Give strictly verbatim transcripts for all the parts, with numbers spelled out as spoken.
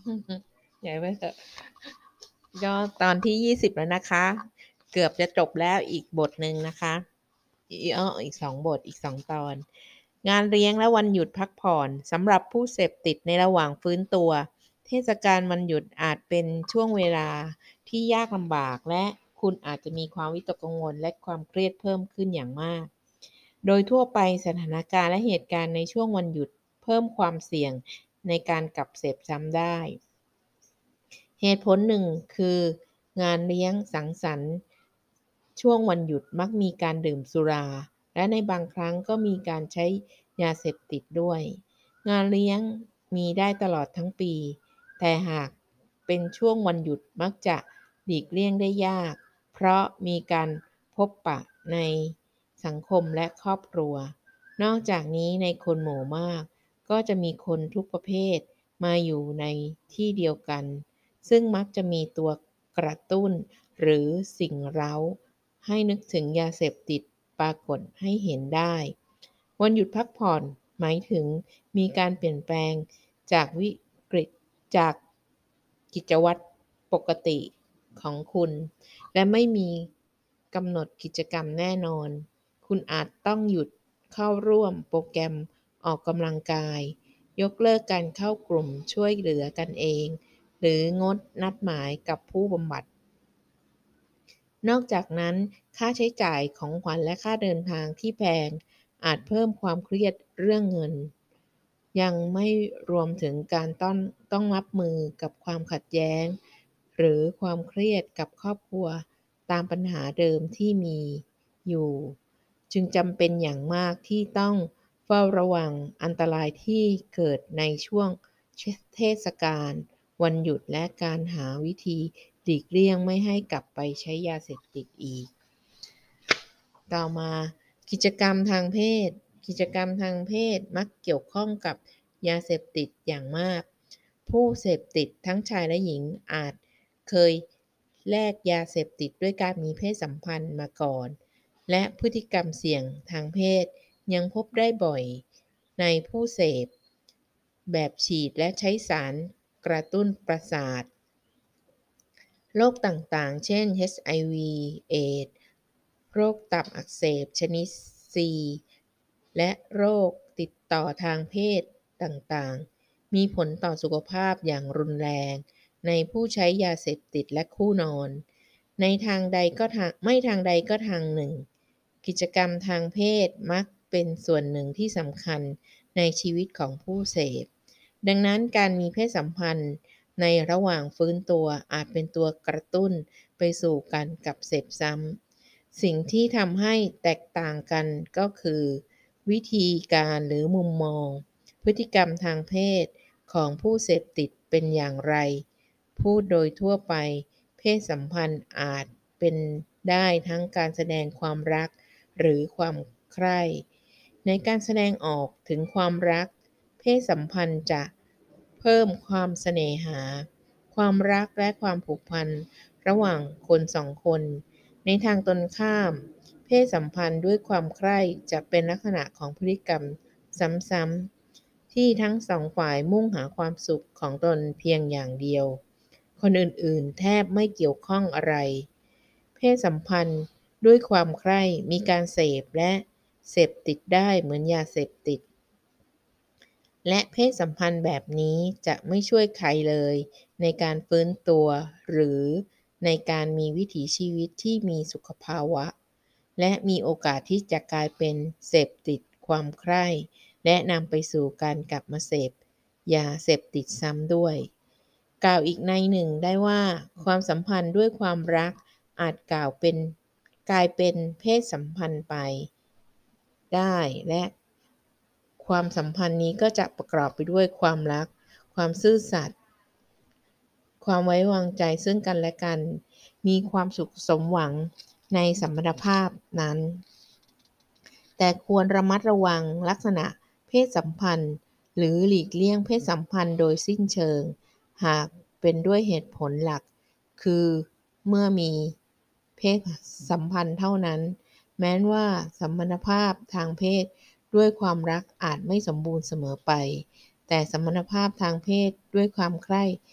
ใหญ่ไว้เถอะก็ตอนที่ยี่สิบแล้วนะคะ เกือบจะจบแล้วอีกบทหนึ่งนะคะอีอ้ออีกสองบทอีกสองตอน งานเลี้ยงและวันหยุดพักผ่อนสำหรับผู้เสพติดในระหว่างฟื้นตัว เทศกาลวันหยุดอาจเป็นช่วงเวลาที่ยากลำบากและคุณอาจจะมีความวิตกกังวลและความเครียดเพิ่มขึ้นอย่างมาก โดยทั่วไปสถานการณ์และเหตุการณ์ในช่วงวันหยุดเพิ่มความเสี่ยงในการกลับเสพซ้ำได้ เหตุผลหนึ่งคืองานเลี้ยงสังสรรค์ช่วงวันหยุดมักมีการดื่มสุรา และในบางครั้งก็มีการใช้ยาเสพติดด้วย งานเลี้ยงมีได้ตลอดทั้งปี แต่หากเป็นช่วงวันหยุดมักจะหลีกเลี่ยงได้ยาก เพราะมีการพบปะในสังคมและครอบครัว นอกจากนี้ในคนหมู่มากก็จะมีคนทุกประเภทมาอยู่ในที่เดียวกัน ซึ่งมักจะมีตัวกระตุ้นหรือสิ่งเร้าให้นึกถึงยาเสพติดปรากฏให้เห็นได้ วันหยุดพักผ่อนหมายถึงมีการเปลี่ยนแปลงจากวิกฤตจากกิจวัตรปกติของคุณ และไม่มีกำหนดกิจกรรมแน่นอน คุณอาจต้องหยุดเข้าร่วมโปรแกรมออกกำลังกาย ยกเลิกการเข้ากลุ่มช่วยเหลือกันเอง หรืองดนัดหมายกับผู้บำบัด นอกจากนั้น ค่าใช้จ่ายของขวัญและค่าเดินทางที่แพงอาจเพิ่มความเครียดเรื่องเงิน ยังไม่รวมถึงการต้องต้องรับมือกับความขัดแย้ง หรือความเครียดกับครอบครัวตามปัญหาเดิมที่มีอยู่ จึงจำเป็นอย่างมากที่ต้องเฝ้าระวังอันตรายที่เกิดในช่วงเทศกาลวันหยุดและการหาวิธีหลีกเลี่ยงไม่ให้กลับไปใช้ยาเสพติดอีก ต่อมากิจกรรมทางเพศ กิจกรรมทางเพศมักเกี่ยวข้องกับยาเสพติดอย่างมาก ผู้เสพติดทั้งชายและหญิงอาจเคยแลกยาเสพติดด้วยการมีเพศสัมพันธ์มาก่อน และพฤติกรรมเสี่ยงทางเพศยังพบได้บ่อยในผู้เสพแบบฉีดและใช้สารกระตุ้นประสาท โรคต่างๆ เช่น เอช ไอ วี เอดส์ โรคตับอักเสบชนิด ซี และโรคติดต่อทางเพศต่างๆ มีผลต่อสุขภาพอย่างรุนแรงในผู้ใช้ยาเสพติดและคู่นอน ในทางใดก็ทางไม่ทางใดก็ทางหนึ่ง กิจกรรมทางเพศมักเป็นส่วนหนึ่งที่สำคัญในชีวิตของผู้เสพ ดังนั้นการมีเพศสัมพันธ์ในระหว่างฟื้นตัวอาจเป็นตัวกระตุ้นไปสู่การกลับเสพซ้ำ สิ่งที่ทำให้แตกต่างกันก็คือวิธีการหรือมุมมอง พฤติกรรมทางเพศของผู้เสพติดเป็นอย่างไร พูดโดยทั่วไปเพศสัมพันธ์อาจเป็นได้ทั้งการแสดงความรักหรือความใคร่ ในการแสดงออกถึงความรัก เพศสัมพันธ์จะเพิ่มความเสน่หา ความรักและความผูกพันระหว่างคนสองคน ในทางตรงข้าม เพศสัมพันธ์ด้วยความใคร่จะเป็นลักษณะของพฤติกรรมซ้ำๆที่ทั้งสองฝ่ายมุ่งหาความสุขของตนเพียงอย่างเดียว คนอื่นๆแทบไม่เกี่ยวข้องอะไร เพศสัมพันธ์ด้วยความใคร่มีการเสพและเสพติดได้เหมือนยาเสพติด และเพศสัมพันธ์แบบนี้จะไม่ช่วยใครเลยในการฟื้นตัวหรือในการมีวิถีชีวิตที่มีสุขภาวะ และมีโอกาสที่จะกลายเป็นเสพติดความใคร่และนำไปสู่การกลับมาเสพยาเสพติดซ้ำด้วย กล่าวอีกในหนึ่งได้ว่าความสัมพันธ์ด้วยความรักอาจกล่าวเป็นกลายเป็นเพศสัมพันธ์ไปได้และความสัมพันธ์นี้ก็จะประกอบไปด้วยความรัก ความซื่อสัตย์ ความไว้วางใจซึ่งกันและกัน มีความสุขสมหวังในสมรรถภาพนั้น แต่ควรระมัดระวังลักษณะเพศสัมพันธ์หรือหลีกเลี่ยงเพศสัมพันธ์โดยสิ้นเชิง หากเป็นด้วยเหตุผลหลัก คือเมื่อมีเพศสัมพันธ์เท่านั้น แม้ว่าสมรรถภาพทางเพศด้วยความรักอาจไม่สมบูรณ์เสมอไป แต่สมรรถภาพทางเพศด้วยความใคร่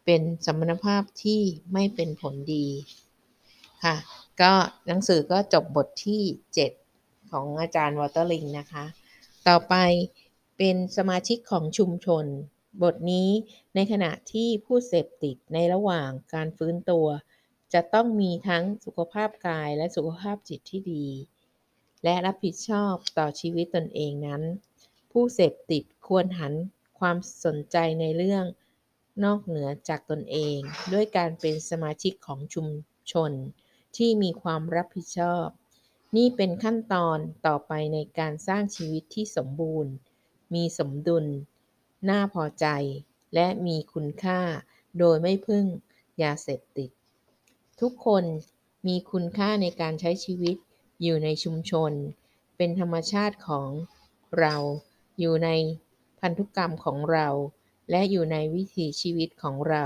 เป็นสัมพันธภาพที่ไม่เป็นผลดีค่ะก็หนังสือก็จบบทที่เจ็ดของอาจารย์วอเตอร์ลิงนะคะต่อไปเป็นสมาชิกของชุมชนบทนี้ในขณะที่ผู้เสพติดในระหว่างการฟื้นตัวจะต้องมีทั้งสุขภาพกายและสุขภาพจิตที่ดีและรับผิดชอบต่อชีวิตตนเองนั้นผู้เสพติดควรหันความสนใจในเรื่องนอกเหนือจากตนเองด้วยการเป็นสมาชิกของชุมชนที่มีความรับผิดชอบนี่เป็นขั้นตอนต่อไปในการสร้างชีวิตที่สมบูรณ์มีสมดุลน่าพอใจและมีคุณค่าโดยไม่พึ่งยาเสพติดทุกคนมีคุณค่าในการใช้ชีวิตอยู่ในชุมชนเป็นธรรมชาติของเราอยู่ในพันธุกรรมของเราและอยู่ในวิถีชีวิตของเรา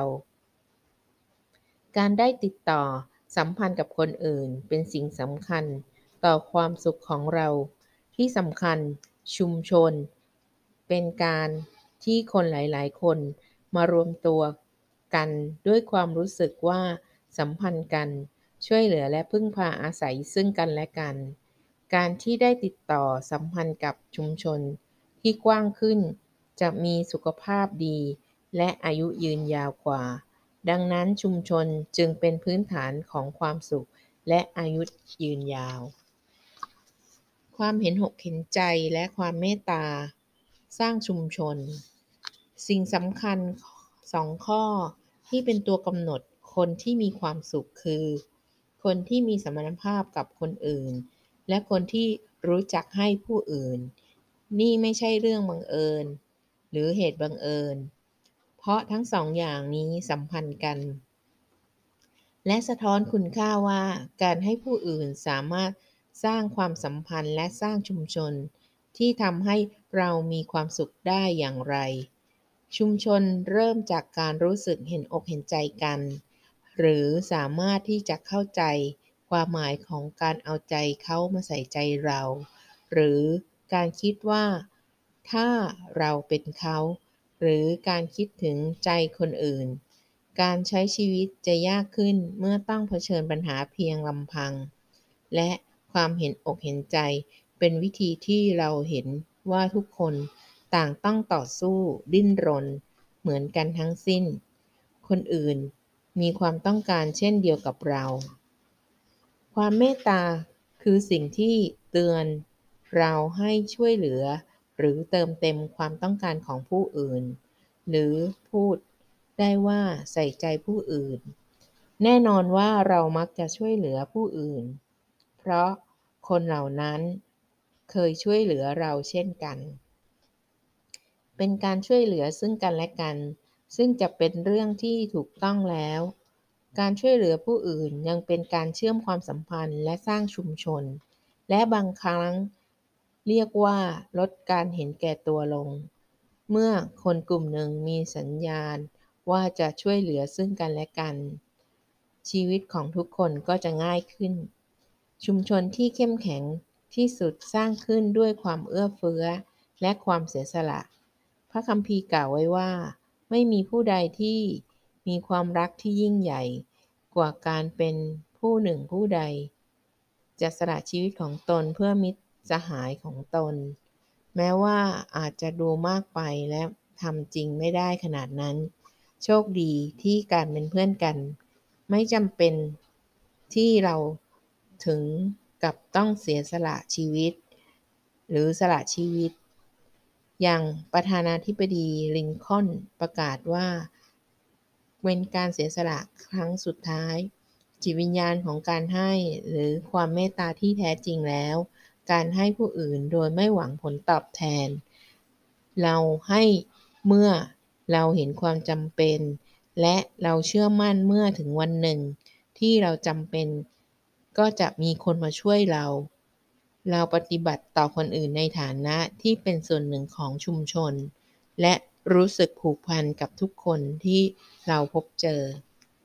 การได้ติดต่อสัมพันธ์กับคนอื่นเป็นสิ่งสำคัญต่อความสุขของเราที่สำคัญชุมชนเป็นการที่คนหลายๆคนมารวมตัวกันด้วยความรู้สึกว่าสัมพันธ์กันช่วยเหลือและพึ่งพาอาศัยซึ่งกันและกันการที่ได้ติดต่อสัมพันธ์กับชุมชนที่กว้างขึ้นจะมีสุขภาพดีและอายุยืนยาวกว่าดังนั้นชุมชนจึงเป็นพื้นฐานของความสุขและอายุยืนยาวความเห็นอกเห็นใจและความเมตตาสร้างชุมชนสิ่งสำคัญสองข้อที่เป็นตัวกำหนดคนที่มีความสุขคือคนที่มีสัมพันธภาพกับคนอื่นและคนที่รู้จักให้ผู้อื่นนี่ไม่ใช่เรื่องบังเอิญหรือเหตุบังเอิญเพราะทั้งสองอย่างนี้สัมพันธ์กันและสะท้อนคุณค่าว่าการให้ผู้อื่นสามารถสร้างความสัมพันธ์และสร้างชุมชนที่ทำให้เรามีความสุขได้อย่างไรชุมชนเริ่มจากการรู้สึกเห็นอกเห็นใจกันหรือสามารถที่จะเข้าใจความหมายของการเอาใจเขามาใส่ใจเราหรือการคิดว่าถ้าเราเป็นเขาหรือการคิดถึงใจคนอื่นการใช้ชีวิตจะยากขึ้นเมื่อต้องเผชิญปัญหาเพียงลำพังและความเห็นอกเห็นใจเป็นวิธีที่เราเห็นว่าทุกคนต่างต้องต่อสู้ดิ้นรนเหมือนกันทั้งสิ้นคนอื่นมีความต้องการเช่นเดียวกับเราความเมตตาคือสิ่งที่เตือนเราให้ช่วยเหลือหรือเติมเต็มความต้องการของผู้อื่นหรือพูดได้ว่าใส่ใจผู้อื่นแน่นอนว่าเรามักจะช่วยเหลือผู้อื่นเพราะคนเหล่านั้นเคยช่วยเหลือเราเช่นกันเป็นการช่วยเหลือซึ่งกันและกันซึ่งจะเป็นเรื่องที่ถูกต้องแล้วการช่วยเหลือผู้อื่นยังเป็นการเชื่อมความสัมพันธ์และสร้างชุมชนและบางครั้งเรียกว่าลดการเห็นแก่ตัวลงเมื่อคนกลุ่มหนึ่งมีสัญญาณว่าจะช่วยเหลือซึ่งกันและกันชีวิตของทุกคนก็จะง่ายขึ้นชุมชนที่เข้มแข็งที่สุดสร้างขึ้นด้วยความเอื้อเฟื้อและความเสียสละพระคัมภีร์กล่าวไว้ว่าไม่มีผู้ใดที่มีความรักที่ยิ่งใหญ่กว่าการเป็นผู้หนึ่งผู้ใดจะสละชีวิตของตนเพื่อมิตรสหายของตนแม้ว่าอาจจะดูมากไปและทำจริงไม่ได้ขนาดนั้นโชคดีที่การเป็นเพื่อนกันไม่จำเป็นที่เราถึงกับต้องเสียสละชีวิตหรือสละชีวิตอย่างประธานาธิบดีลินคอล์นประกาศว่าเป็นการเสียสละครั้งสุดท้ายจิตวิญญาณของการให้หรือความเมตตาที่แท้จริงแล้วการให้ผู้อื่นโดยไม่หวังผลตอบแทนเราให้เมื่อเราเห็นความจำเป็นและเราเชื่อมั่นเมื่อถึงวันหนึ่งที่เราจำเป็นก็จะมีคนมาช่วยเราเราปฏิบัติต่อคนอื่นในฐานะที่เป็นส่วนหนึ่งของชุมชนและรู้สึกผูกพันกับทุกคนที่เราพบเจอ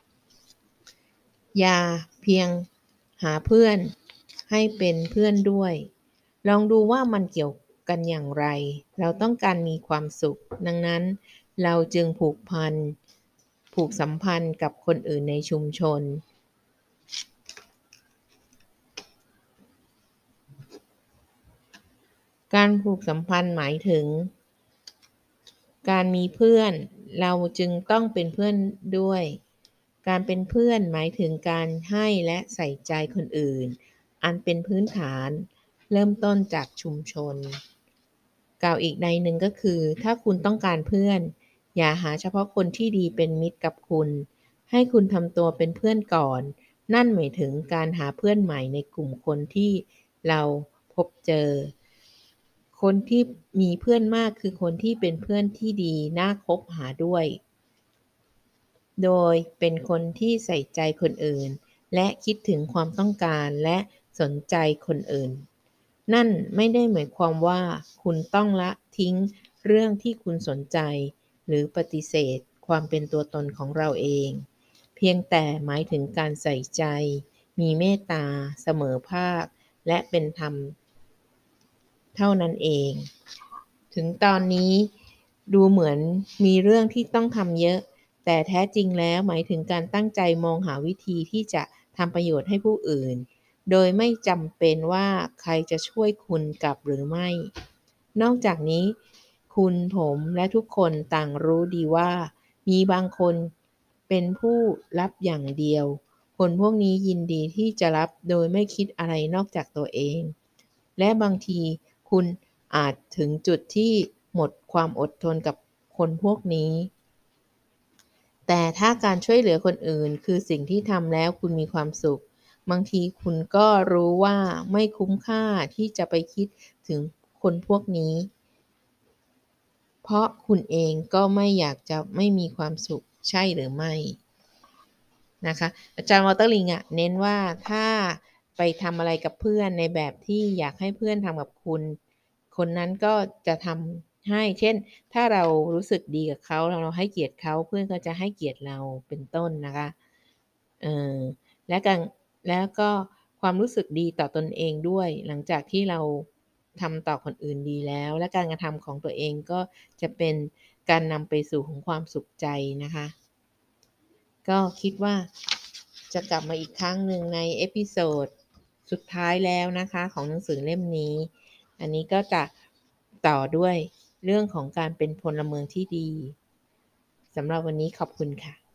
อย่าเพียงหาเพื่อนให้เป็นเพื่อนด้วยลองดูว่ามันเกี่ยวกันอย่างไรเราต้องการมีความสุขดังนั้นเราจึงผูกพันผูกสัมพันธ์กับคนอื่นในชุมชนการผูกสัมพันธ์หมายถึงการมีเพื่อนเราจึงต้องเป็นเพื่อนด้วยการเป็นเพื่อนหมายถึงการให้และใส่ใจคนอื่นอันเป็นพื้นฐานเริ่มต้นจากชุมชนกล่าวอีกในหนึ่งก็คือถ้าคุณต้องการเพื่อนอย่าหาเฉพาะคนที่ดีเป็นมิตรกับคุณให้คุณทำตัวเป็นเพื่อนก่อนนั่นหมายถึงการหาเพื่อนใหม่ในกลุ่มคนที่เราพบเจอคนที่มีเพื่อนมากคือคนที่เป็นเพื่อนที่ดีน่าคบหาด้วยโดยเป็นคนที่ใส่ใจคนอื่นและคิดถึงความต้องการและสนใจคนอื่นนั่นไม่ได้หมายความว่าคุณต้องละทิ้งเรื่องที่คุณสนใจหรือปฏิเสธความเป็นตัวตนของเราเองเพียงแต่หมายถึงการใส่ใจมีเมตตาเสมอภาคและเป็นธรรมเท่านั้นเองถึงตอนนี้ดูเหมือนมีเรื่องที่ต้องทำเยอะแต่แท้จริงแล้วหมายถึงการตั้งใจมองหาวิธีที่จะทำประโยชน์ให้ผู้อื่นโดยไม่จำเป็นว่าใครจะช่วยคุณกลับหรือไม่นอกจากนี้คุณผมและทุกคนต่างรู้ดีว่ามีบางคนเป็นผู้รับอย่างเดียวคนพวกนี้ยินดีที่จะรับโดยไม่คิดอะไรนอกจากตัวเองและบางทีคุณอาจถึงจุดที่หมดความอดทนกับคนพวกนี้แต่ถ้าการช่วยเหลือคนอื่นคือสิ่งที่ทำแล้วคุณมีความสุขบางทีคุณก็รู้ว่าไม่คุ้มค่าที่จะไปคิดถึงคนพวกนี้เพราะคุณเองก็ไม่อยากจะไม่มีความสุขใช่หรือไม่นะคะอาจารย์วอเตอร์ลิงอ่ะเน้นว่าถ้าไปทำอะไรกับเพื่อนในแบบที่อยากให้เพื่อนทำกับคุณคนนั้นก็จะทำให้เช่นถ้าเรารู้สึกดีกับเขาเราให้เกียรติเขาเพื่อนก็จะให้เกียรติเราเป็นต้นนะคะเออและการแล้วก็ความรู้สึกดีต่อตนเองด้วยหลังจากที่เราทำต่อคนอื่นดีแล้วและการกระทำของตัวเองก็จะเป็นการนำไปสู่ของความสุขใจนะคะก็คิดว่าจะกลับมาอีกครั้งหนึ่งในเอพิโซดสุดท้ายแล้วนะคะของหนังสือเล่มนี้อันนี้ก็จะต่อด้วยเรื่องของการเป็นพลเมืองที่ดีสำหรับวันนี้ขอบคุณค่ะ